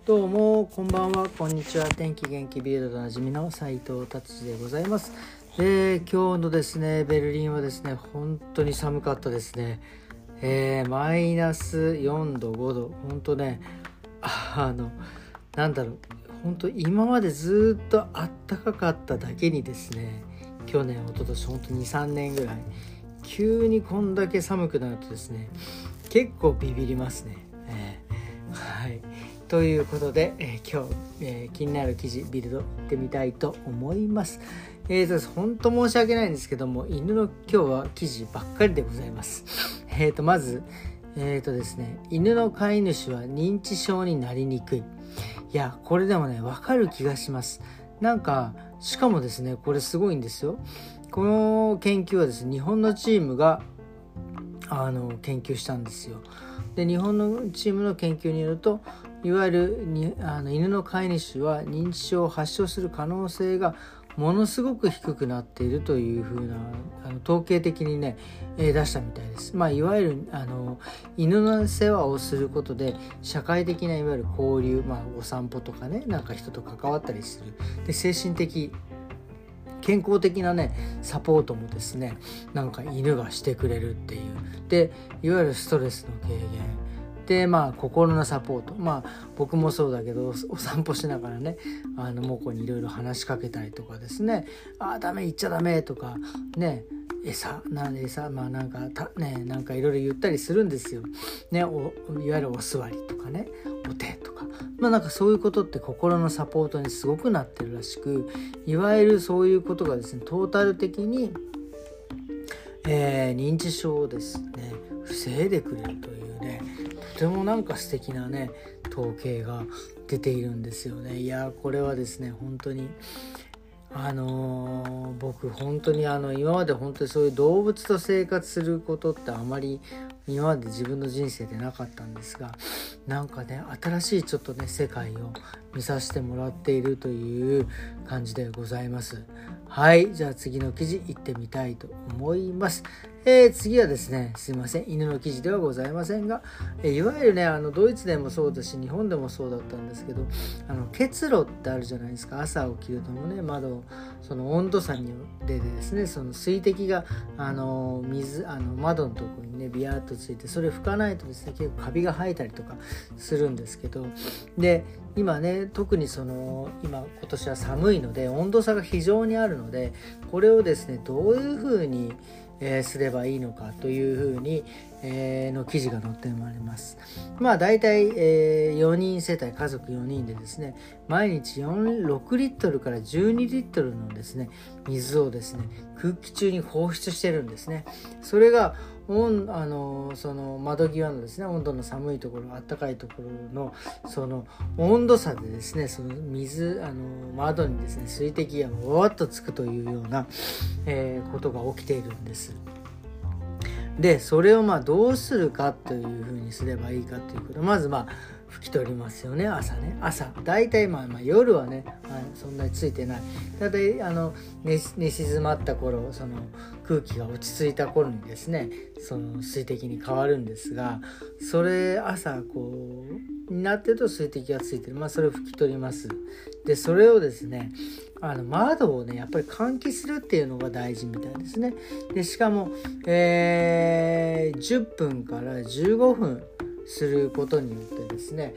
どうもこんばんは、こんにちは。天気元気ビルドでおなじみの斉藤達治でございます。今日のですねベルリンはですね本当に寒かったですね。マイナス4度5度、本当ねなんだろう、本当今までずっとあったかかっただけにですね、去年一昨年本当 2,3 年ぐらい急にこんだけ寒くなるとですね結構ビビりますね。はい、ということで、今日、気になる記事ビルド行ってみたいと思います。本当申し訳ないんですけども、犬の今日は記事ばっかりでございます。まずですね、犬の飼い主は認知症になりにくい。いや、これでもね分かる気がします。なんかしかもですね、これすごいんですよ。この研究はですね、日本のチームが研究したんですよ。で、日本のチームの研究によると、いわゆる犬の飼い主は認知症を発症する可能性がものすごく低くなっているというふうな統計的にね、出したみたいです。いわゆる犬の世話をすることで社会的ないわゆる交流、お散歩とかね、なんか人と関わったりする。で、精神的健康的なねサポートもですね、なんか犬がしてくれるっていう。で、いわゆるストレスの軽減で、心のサポート、僕もそうだけど、お散歩しながらねモコにいろいろ話しかけたりとかですね、ダメ、言っちゃダメとかね、餌なんかいろいろ言ったりするんですよね。いわゆるお座りとかね、お手とか、なんかそういうことって心のサポートにすごくなってるらしく、いわゆるそういうことがですねトータル的に、認知症をですね防いでくれるというね、とてもなんか素敵なね統計が出ているんですよね。いや、これはですね本当に僕本当に今まで本当にそういう動物と生活することってあまり今まで自分の人生でなかったんですが、なんかね新しいちょっとね世界を見させてもらっているという感じでございます。はい、じゃあ次の記事行ってみたいと思います。次はですね、すいません、犬の記事ではございませんが、いわゆるねドイツでもそうだし日本でもそうだったんですけど、結露ってあるじゃないですか。朝起きるともね、その温度差によってですね、その水滴が窓のところにねビヤーっとついて、それ拭かないとですね結構カビが生えたりとかするんですけど、で今ね特に今年は寒いので温度差が非常にあるので、これをですねどういうふうにすればいいのかというふうに、の記事が載ってまいります。だいたい4人世帯、家族4人でですね、毎日6リットルから12リットルのですね水をですね空気中に放出してるんですね。それがその窓際のですね温度の寒いところ、暖かいところのその温度差でですね、その窓にですね水滴がわっとつくというような、ことが起きているんです。で、それをどうするかというふうにすればいいかということ、まず拭き取りますよね。朝だいたい夜はねそんなについてない。だいたい寝静まった頃、その空気が落ち着いた頃にですねその水滴に変わるんですが、それ朝になってると水滴がついてる、それを拭き取ります。で、それをですね窓をねやっぱり換気するっていうのが大事みたいですね。で、しかも、10分から15分することによってですね、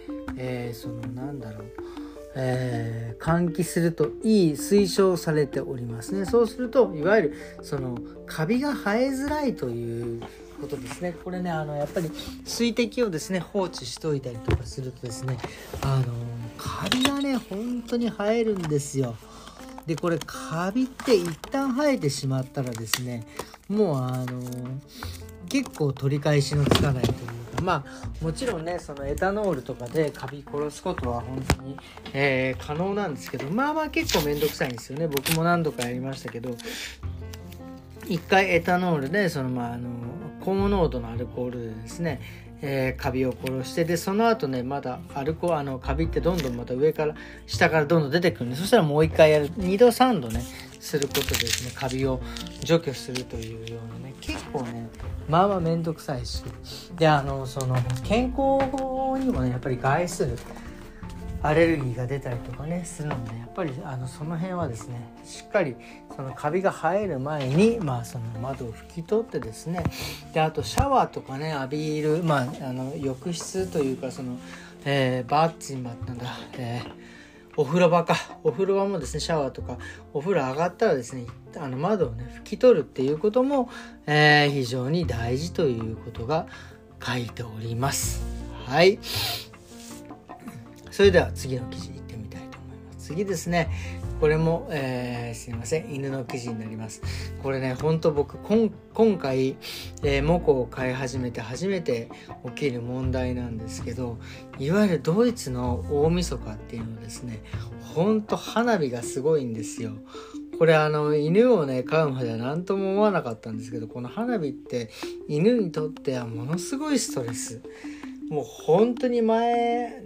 換気するといい推奨されておりますね。そうするといわゆるそのカビが生えづらいということですね。これねやっぱり水滴をですね放置しといたりとかするとですねカビがね本当に生えるんですよ。で、これカビって一旦生えてしまったらですね、もう結構取り返しのつかないというか、もちろんねそのエタノールとかでカビ殺すことは本当に、可能なんですけど、結構めんどくさいんですよね。僕も何度かやりましたけど、一回エタノールで高濃度のアルコールでですね、カビを殺して、でその後ねまだカビってどんどんまた上から下からどんどん出てくるんで、そしたらもう一回やる、2度3度ねすることでですねカビを除去するというようなね、結構ねめんどくさいし、でその健康にもねやっぱり害するアレルギーが出たりとかねするので、やっぱりその辺はですねしっかりそのカビが生える前に、その窓を拭き取ってですね、であとシャワーとかね浴びる、浴室というかその、バッチなんだ、お風呂場もですねシャワーとかお風呂上がったらですね窓をね拭き取るっていうことも、非常に大事ということが書いております。はい、それでは次の記事いってみたいと思います。次ですね、これも、すいません、犬の記事になります。これね本当僕今回、モコを飼い始めて初めて起きる問題なんですけど、いわゆるドイツの大晦日っていうのですね、本当花火がすごいんですよ。これ犬をね飼うまでは何とも思わなかったんですけど、この花火って犬にとってはものすごいストレス。もう本当に前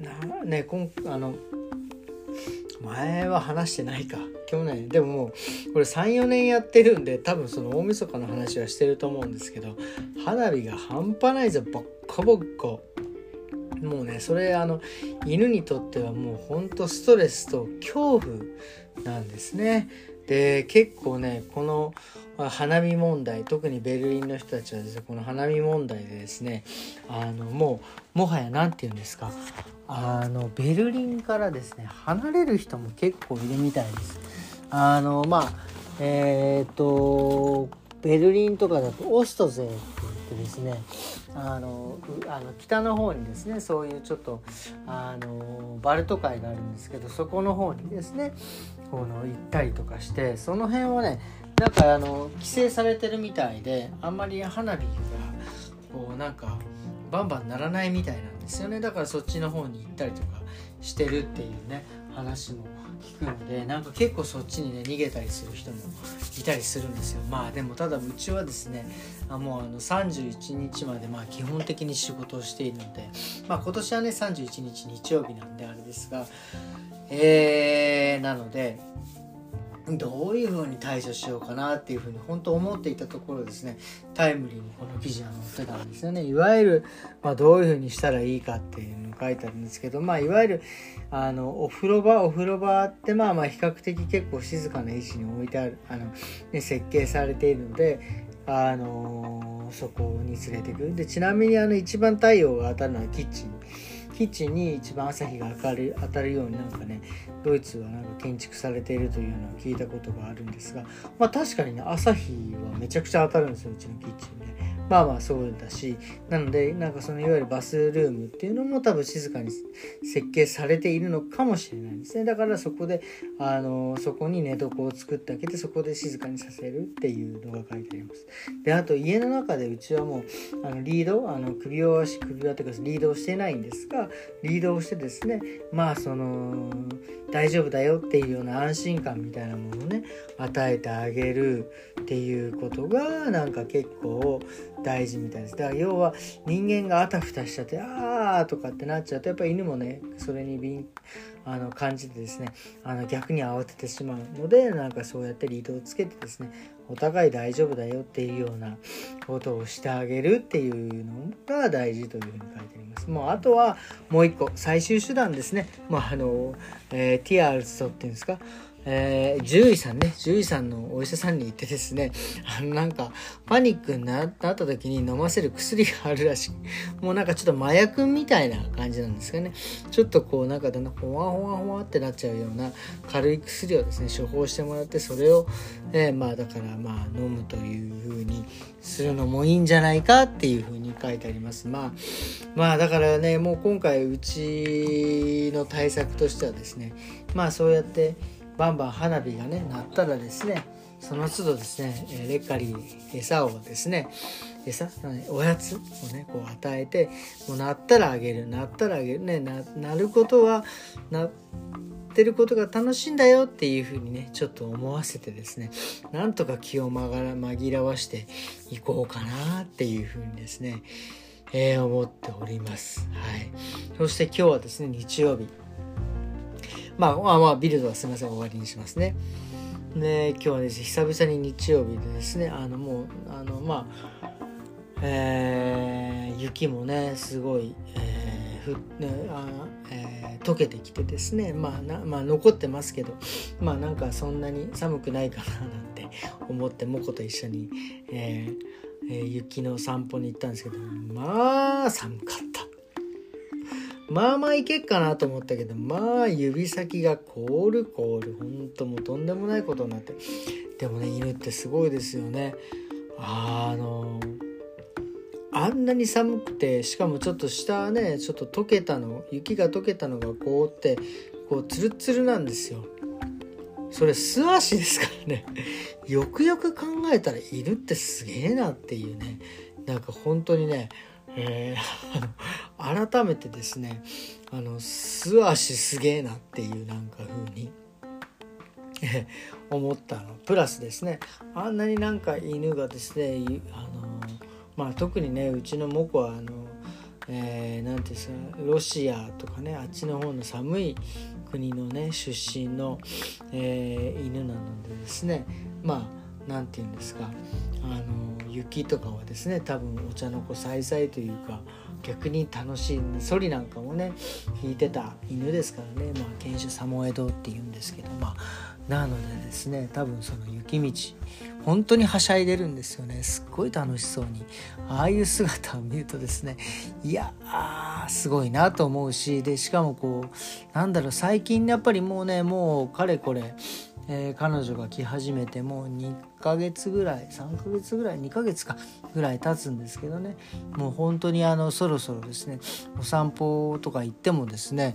は話してないか、去年でももうこれ 3,4 年やってるんで、多分その大晦日の話はしてると思うんですけど、花火が半端ないぞ、ボッコボッコ。もうねそれ犬にとってはもう本当ストレスと恐怖なんですね。で結構ねこの花見問題、特にベルリンの人たちはですね、この花見問題でですねもはやなんて言うんですか、ベルリンからですね離れる人も結構いるみたいです。ベルリンとかだとオストゼって言ってですね、北の方にですねそういうちょっとバルト海があるんですけど、そこの方にですね行ったりとかして、その辺はねなんか規制されてるみたいで、あんまり花火がこうなんかバンバン鳴らないみたいなんですよね。だからそっちの方に行ったりとかしてるっていうね話も聞くので、なんか結構そっちにね逃げたりする人もいたりするんですよ。でもただうちはですねもう31日まで基本的に仕事をしているので、今年はね31日日曜日なんであれですが、なのでどういう風に対処しようかなっていう風に本当思っていたところですね、タイムリーにこの記事が載ってたんですよね。いわゆる、どういう風にしたらいいかっていうのが書いてあるんですけど、いわゆるお風呂場って比較的結構静かな位置に置いてある設計されているので、そこに連れてくる。でちなみに一番太陽が当たるのはキッチンに一番朝日が当たるようになんかねドイツはなんか建築されているというのを聞いたことがあるんですが、確かにね朝日はめちゃくちゃ当たるんですよ、うちのキッチンね。そうだし、なのでなんかそのいわゆるバスルームっていうのも多分静かに設計されているのかもしれないんですね。だからそこでそこに寝床を作ってあげて、そこで静かにさせるっていうのが書いてあります。であと家の中でうちはもうリード首輪というかリードをしてないんですが、リードをしてですねその大丈夫だよっていうような安心感みたいなものをね与えてあげるっていうことがなんか結構大事みたいです。だから要は人間があたふたしちゃってあーとかってなっちゃうと、やっぱり犬もねそれに感じてですね逆に慌ててしまうので、なんかそうやってリードをつけてですねお互い大丈夫だよっていうようなことをしてあげるっていうのが大事というふうに書いてあります。あとはもう一個最終手段ですね。ティアールツトっていうんですか、獣医さんのお医者さんに行ってですねなんかパニックになった時に飲ませる薬があるらしい。もうなんかちょっと麻薬みたいな感じなんですかね。ちょっとこうなんかだんだんほわほわほわってなっちゃうような軽い薬をですね処方してもらって、それを、だから飲むという風にするのもいいんじゃないかっていう風に書いてあります。だからねもう今回うちの対策としてはですねそうやってバンバン花火がね鳴ったらですね、その都度ですねレッカリー餌をですねおやつをねこう与えて、もう鳴ったらあげるね、鳴ることは鳴ってることが楽しいんだよっていう風にねちょっと思わせてですね、なんとか気を紛らわしていこうかなっていう風にですね、思っております。はい。そして今日はですね日曜日、ビルドはすみません終わりにしますね。で今日はですね久々に日曜日でですね雪もねすごい、 溶けてきてですね、残ってますけど、なんかそんなに寒くないかななんて思ってモコと一緒に、雪の散歩に行ったんですけど、寒かった。いけっかなと思ったけど、指先が凍るほんともうとんでもないことになって。でもね、犬ってすごいですよね。あんなに寒くて、しかもちょっと下ね、ちょっと雪が溶けたのが凍ってこうツルツルなんですよ。それ素足ですからね。よくよく考えたら犬ってすげえなっていうね、なんか本当にね、改めてですね、素足すげえなっていうなんか風に思ったのプラスですね、あんなになんか犬がですね、特にね、うちのモコはなんていうんですか、ロシアとかね、あっちの方の寒い国のね出身の、犬なのでですね、なんていうんですか、雪とかはですね、多分お茶の子さいさいというか、逆に楽しい。ソリなんかもね引いてた犬ですからね、犬種サモエドっていうんですけど、なのでですね、多分その雪道本当にはしゃいでるんですよね。すっごい楽しそうに。ああいう姿を見るとですね、いやすごいなと思うし、でしかもこう最近やっぱりもうかれこれ、彼女が来始めてもう2ヶ月ぐらい3ヶ月ぐらい2ヶ月かぐらい経つんですけどね、もう本当にそろそろですね、お散歩とか行ってもですね、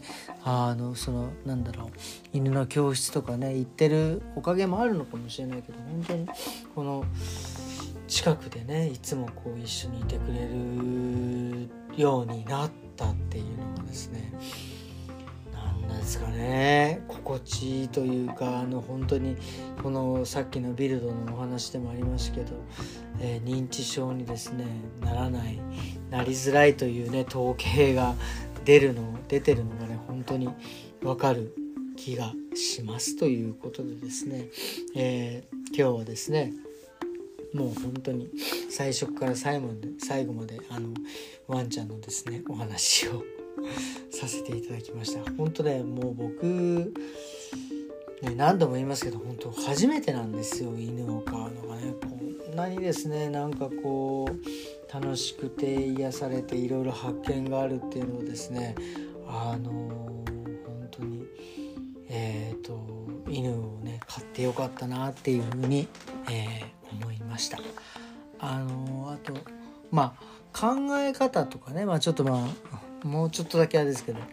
犬の教室とかね行ってるおかげもあるのかもしれないけど、本当にこの近くでねいつもこう一緒にいてくれるようになったっていうのがですね、なんですかね、心地いいというか、本当にこのさっきのビルドのお話でもありましたけど、認知症にですねなりづらいというね統計が出てるのがね本当にわかる気がしますということでですね、今日はですねもう本当に最初から最後までワンちゃんのですねお話をさせていただきました。本当ね、もう僕何度も言いますけど、本当初めてなんですよ、犬を飼うのがね。こんなにですねなんかこう楽しくて癒されていろいろ発見があるっていうのをですね、本当に犬をね飼ってよかったなっていうふうに、思いました。あと考え方とかね、ちょっともうちょっとだけあれですけど、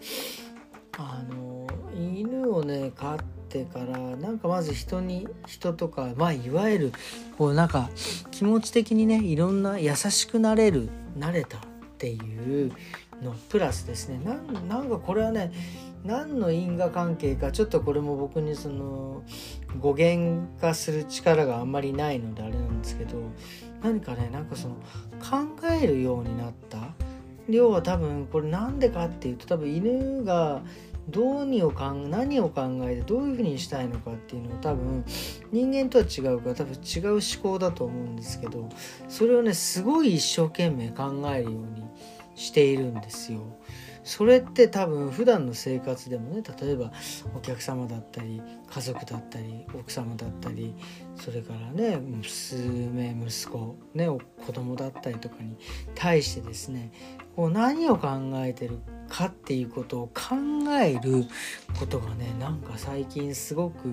犬をね飼ってからなんかまず人とかいわゆるこうなんか気持ち的にねいろんな優しくなれたっていうのプラスですね、なんかこれはね何の因果関係かちょっとこれも僕にその語源化する力があんまりないのであれなんですけど、何かねなんかその考えるようになった。要は多分これなんでかっていうと、多分犬が何を考えてどういうふうにしたいのかっていうのを多分人間とは違うから多分違う思考だと思うんですけど、それをねすごい一生懸命考えるようにしているんですよ。それって多分普段の生活でもね、例えばお客様だったり家族だったり奥様だったり、それからね娘息子ね子供だったりとかに対してですね、こう何を考えてるかっていうことを考えることがねなんか最近すごく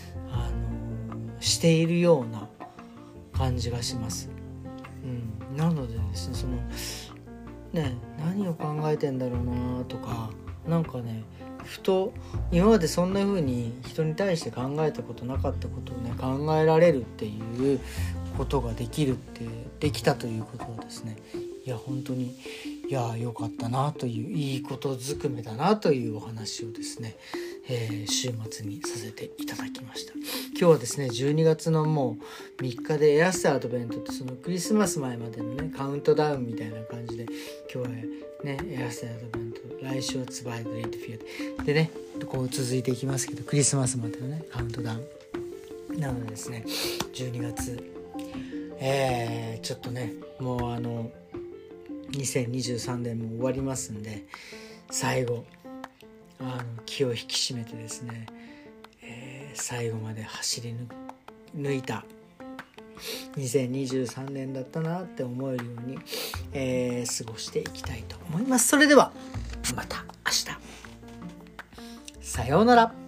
しているような感じがします。なのでですね、そのね何を考えてんだろうなとか、なんかねふと今までそんな風に人に対して考えたことなかったことをね考えられるっていうことができたということはですね、いや本当に良かったなという、いいことずくめだなというお話をですね、週末にさせていただきました。今日はですね12月のもう3日でエアスターアドベントってそのクリスマス前までのねカウントダウンみたいな感じで、今日はねエアスターアドベント、来週はツバイグレートフィールでねこう続いていきますけど、クリスマスまでのねカウントダウンなのでですね、12月ちょっとねもう2023年も終わりますんで、 最後気を引き締めてですね、最後まで走り抜いた2023年だったなって思えるように、過ごしていきたいと思います。それではまた明日、さようなら。